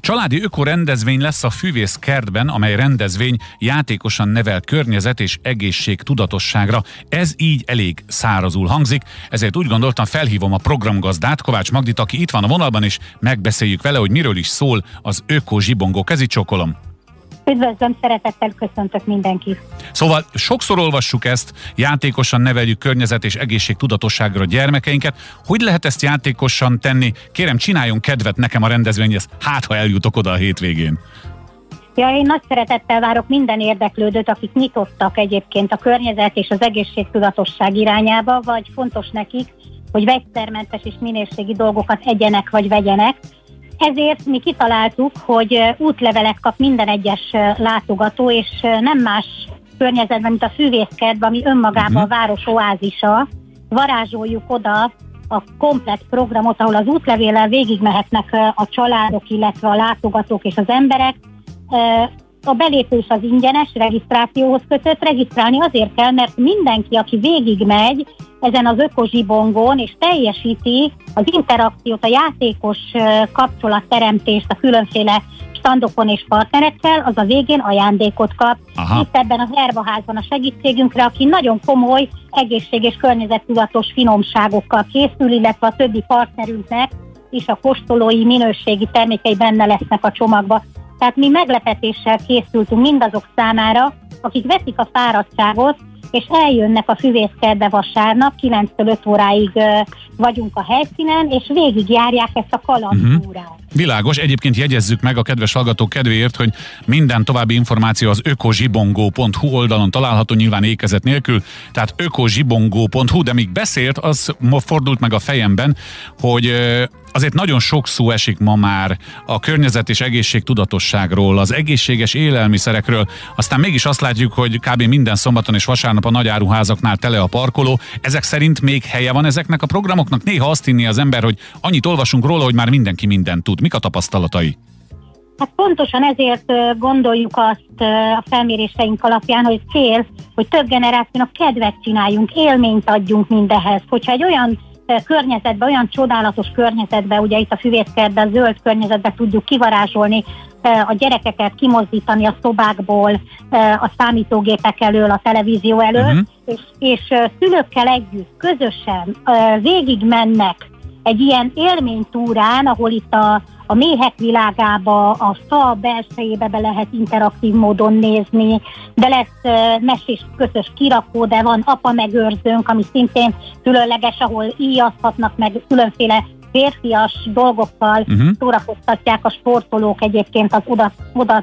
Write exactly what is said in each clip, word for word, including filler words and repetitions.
Családi ökorendezvény lesz a Füvészkertben, amely rendezvény játékosan nevel környezet és egészség tudatosságra. Ez így elég szárazul hangzik, ezért úgy gondoltam, felhívom a programgazdát, Kovács Magdit, aki itt van a vonalban, és megbeszéljük vele, hogy miről is szól az Öko Zsibongó. Kezit csókolom! Üdvözlöm, szeretettel köszöntök mindenkit! Szóval sokszor olvassuk ezt, játékosan neveljük környezet és egészség tudatosságra gyermekeinket. Hogy lehet ezt játékosan tenni? Kérem, csináljon kedvet nekem a rendezvényhez, hát ha eljutok oda a hétvégén. Ja, én nagy szeretettel várok minden érdeklődőt, akik nyitottak egyébként a környezet és az egészségtudatosság irányába, vagy fontos nekik, hogy vegyszermentes és minőségi dolgokat egyenek vagy vegyenek. Ezért mi kitaláltuk, hogy útlevelet kap minden egyes látogató, és nem más környezetben, mint a Füvészkertben, ami önmagában a város oázisa. Varázsoljuk oda a komplett programot, ahol az útlevéllel végigmehetnek a családok, illetve a látogatók és az emberek. A belépés az ingyenes, regisztrációhoz kötött. Regisztrálni azért kell, mert mindenki, aki végigmegy ezen az Öko Zsibongón és teljesíti az interakciót, a játékos kapcsolatteremtést a különféle standokon és partnerekkel, az a végén ajándékot kap. Aha. Itt ebben az Herbaházban a segítségünkre, aki nagyon komoly egészség- és környezettudatos finomságokkal készül, illetve a többi partnerünknek is a kóstolói minőségi termékei benne lesznek a csomagba. Tehát mi meglepetéssel készültünk mindazok számára, akik veszik a fáradtságot, és eljönnek a Füvészkertbe vasárnap, kilenctől öt óráig uh, vagyunk a helyszínen, és végigjárják ezt a kalandtúrát. Uh-huh. Világos, egyébként jegyezzük meg a kedves hallgatók kedvéért, hogy minden további információ az ökozsibongó pont hu oldalon található, nyilván ékezet nélkül, tehát ökozsibongó pont hu, de míg beszélt, az fordult meg a fejemben, hogy uh, azért nagyon sok szó esik ma már a környezet és egészség tudatosságról, az egészséges élelmiszerekről, aztán mégis azt látjuk, hogy kb. Minden szombaton és vasárnap a nagyáruházaknál tele a parkoló. Ezek szerint még helye van ezeknek a programoknak? Néha azt hinni az ember, hogy annyit olvasunk róla, hogy már mindenki mindent tud. Mik a tapasztalatai? Hát pontosan ezért gondoljuk azt a felméréseink alapján, hogy cél, hogy több generációnak kedvet csináljunk, élményt adjunk mindehez. Hogyha egy olyan környezetbe, olyan csodálatos környezetbe, ugye itt a Füvészkertben, zöld környezetbe tudjuk kivarázsolni a gyerekeket, kimozdítani a szobákból, a számítógépek elől, a televízió elől, uh-huh. és, és szülőkkel együtt, közösen végig mennek egy ilyen élménytúrán, ahol itt a, a méhek világába, a fa belsejébe be lehet interaktív módon nézni, de lesz uh, mesés közös kirakó, de van apa megőrzőnk, ami szintén különleges, ahol íjazhatnak meg különféle férfias dolgokkal, uh-huh. szórakoztatják a sportolók egyébként az oda, oda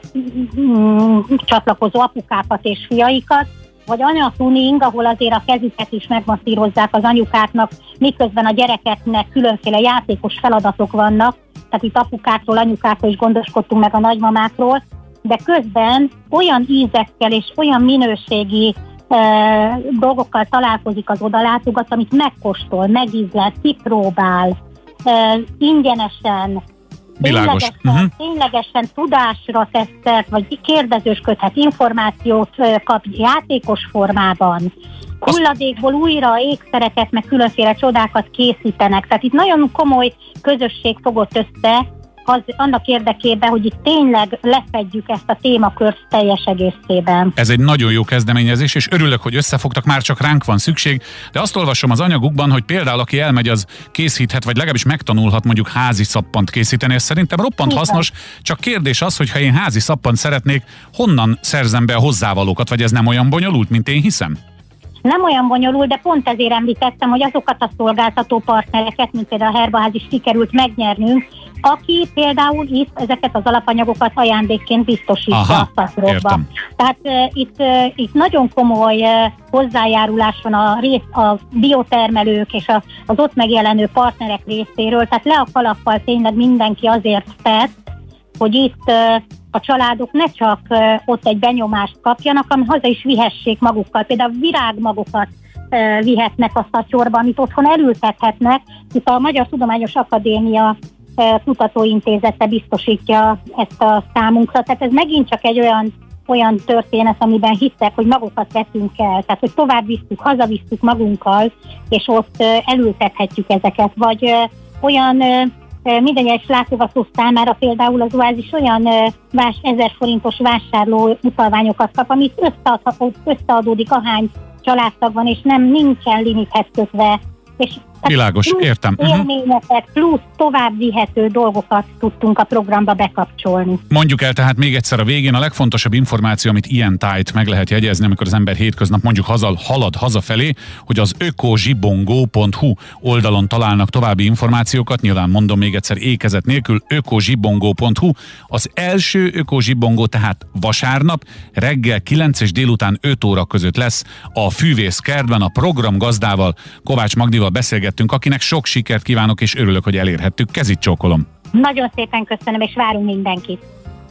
mm, csatlakozó apukákat és fiaikat, vagy anyatuning, ahol azért a kezüket is megmasszírozzák az anyukáknak, miközben a gyerekeknek különféle játékos feladatok vannak, tehát itt apukákról, anyukákról is gondoskodtunk meg a nagymamákról, de közben olyan ízekkel és olyan minőségi e, dolgokkal találkozik az odalátogat, amit megkóstol, megízlel, kipróbál, e, ingyenesen, Világos. Ténylegesen, uh-huh. ténylegesen tudásra tesztek, vagy kérdezősködhet, információt kap játékos formában. Hulladékból újra ékszereket, meg különféle csodákat készítenek. Tehát itt nagyon komoly közösség fogott össze az, annak érdekében, hogy itt tényleg lefedjük ezt a témakört teljes egészében. Ez egy nagyon jó kezdeményezés, és örülök, hogy összefogtak, már csak ránk van szükség, de azt olvasom az anyagukban, hogy például aki elmegy, az készíthet, vagy legalábbis megtanulhat mondjuk házi szappant készíteni, ez szerintem roppant Igen. hasznos, csak kérdés az, hogy ha én házi szappant szeretnék, honnan szerzem be a hozzávalókat, vagy ez nem olyan bonyolult, mint én hiszem? Nem olyan bonyolult, de pont ezért említettem, hogy azokat a szolgáltató partnereket, mint például a Herbaház is sikerült megnyernünk, aki például itt ezeket az alapanyagokat ajándékként biztosítja Aha, a szatyorba. Tehát uh, itt, uh, itt nagyon komoly uh, hozzájárulás van a, rész, a biotermelők és a, az ott megjelenő partnerek részéről, tehát le a kalappal tényleg mindenki azért tett, hogy itt uh, a családok ne csak uh, ott egy benyomást kapjanak, hanem haza is vihessék magukkal. Például virágmagokat uh, vihetnek a szatyorba, amit otthon elültethetnek. Itt a Magyar Tudományos Akadémia uh, Kutatóintézete biztosítja ezt a számunkra. Tehát ez megint csak egy olyan, olyan történet, amiben hittek, hogy magukat veszünk el. Tehát, hogy tovább visszük, hazavisszük magunkkal, és ott uh, elültethetjük ezeket. Vagy uh, olyan uh, minden egyes látogató számára például az Oázis olyan vás, ezer forintos vásárló utalványokat kap, amit összeadható, összeadódik ahány családtag van, és nem nincsen limithez kötve. És világos, értem. Élményeket, plusz tovább vihető dolgokat tudtunk a programba bekapcsolni. Mondjuk el tehát még egyszer a végén a legfontosabb információ, amit ilyen tájt meg lehet jegyezni, amikor az ember hétköznap mondjuk haza, halad hazafelé, hogy az ökozsibongó pont hu oldalon találnak további információkat, nyilván mondom még egyszer ékezet nélkül, ökozsibongó pont hu. Az első ökozsibongó tehát vasárnap reggel kilenc és délután öt óra között lesz a Fűvészkertben, a program gazdával, Kovács Magdival beszélgettünk, akinek sok sikert kívánok, és örülök, hogy elérhettük. Kezit csókolom! Nagyon szépen köszönöm, és várunk mindenkit!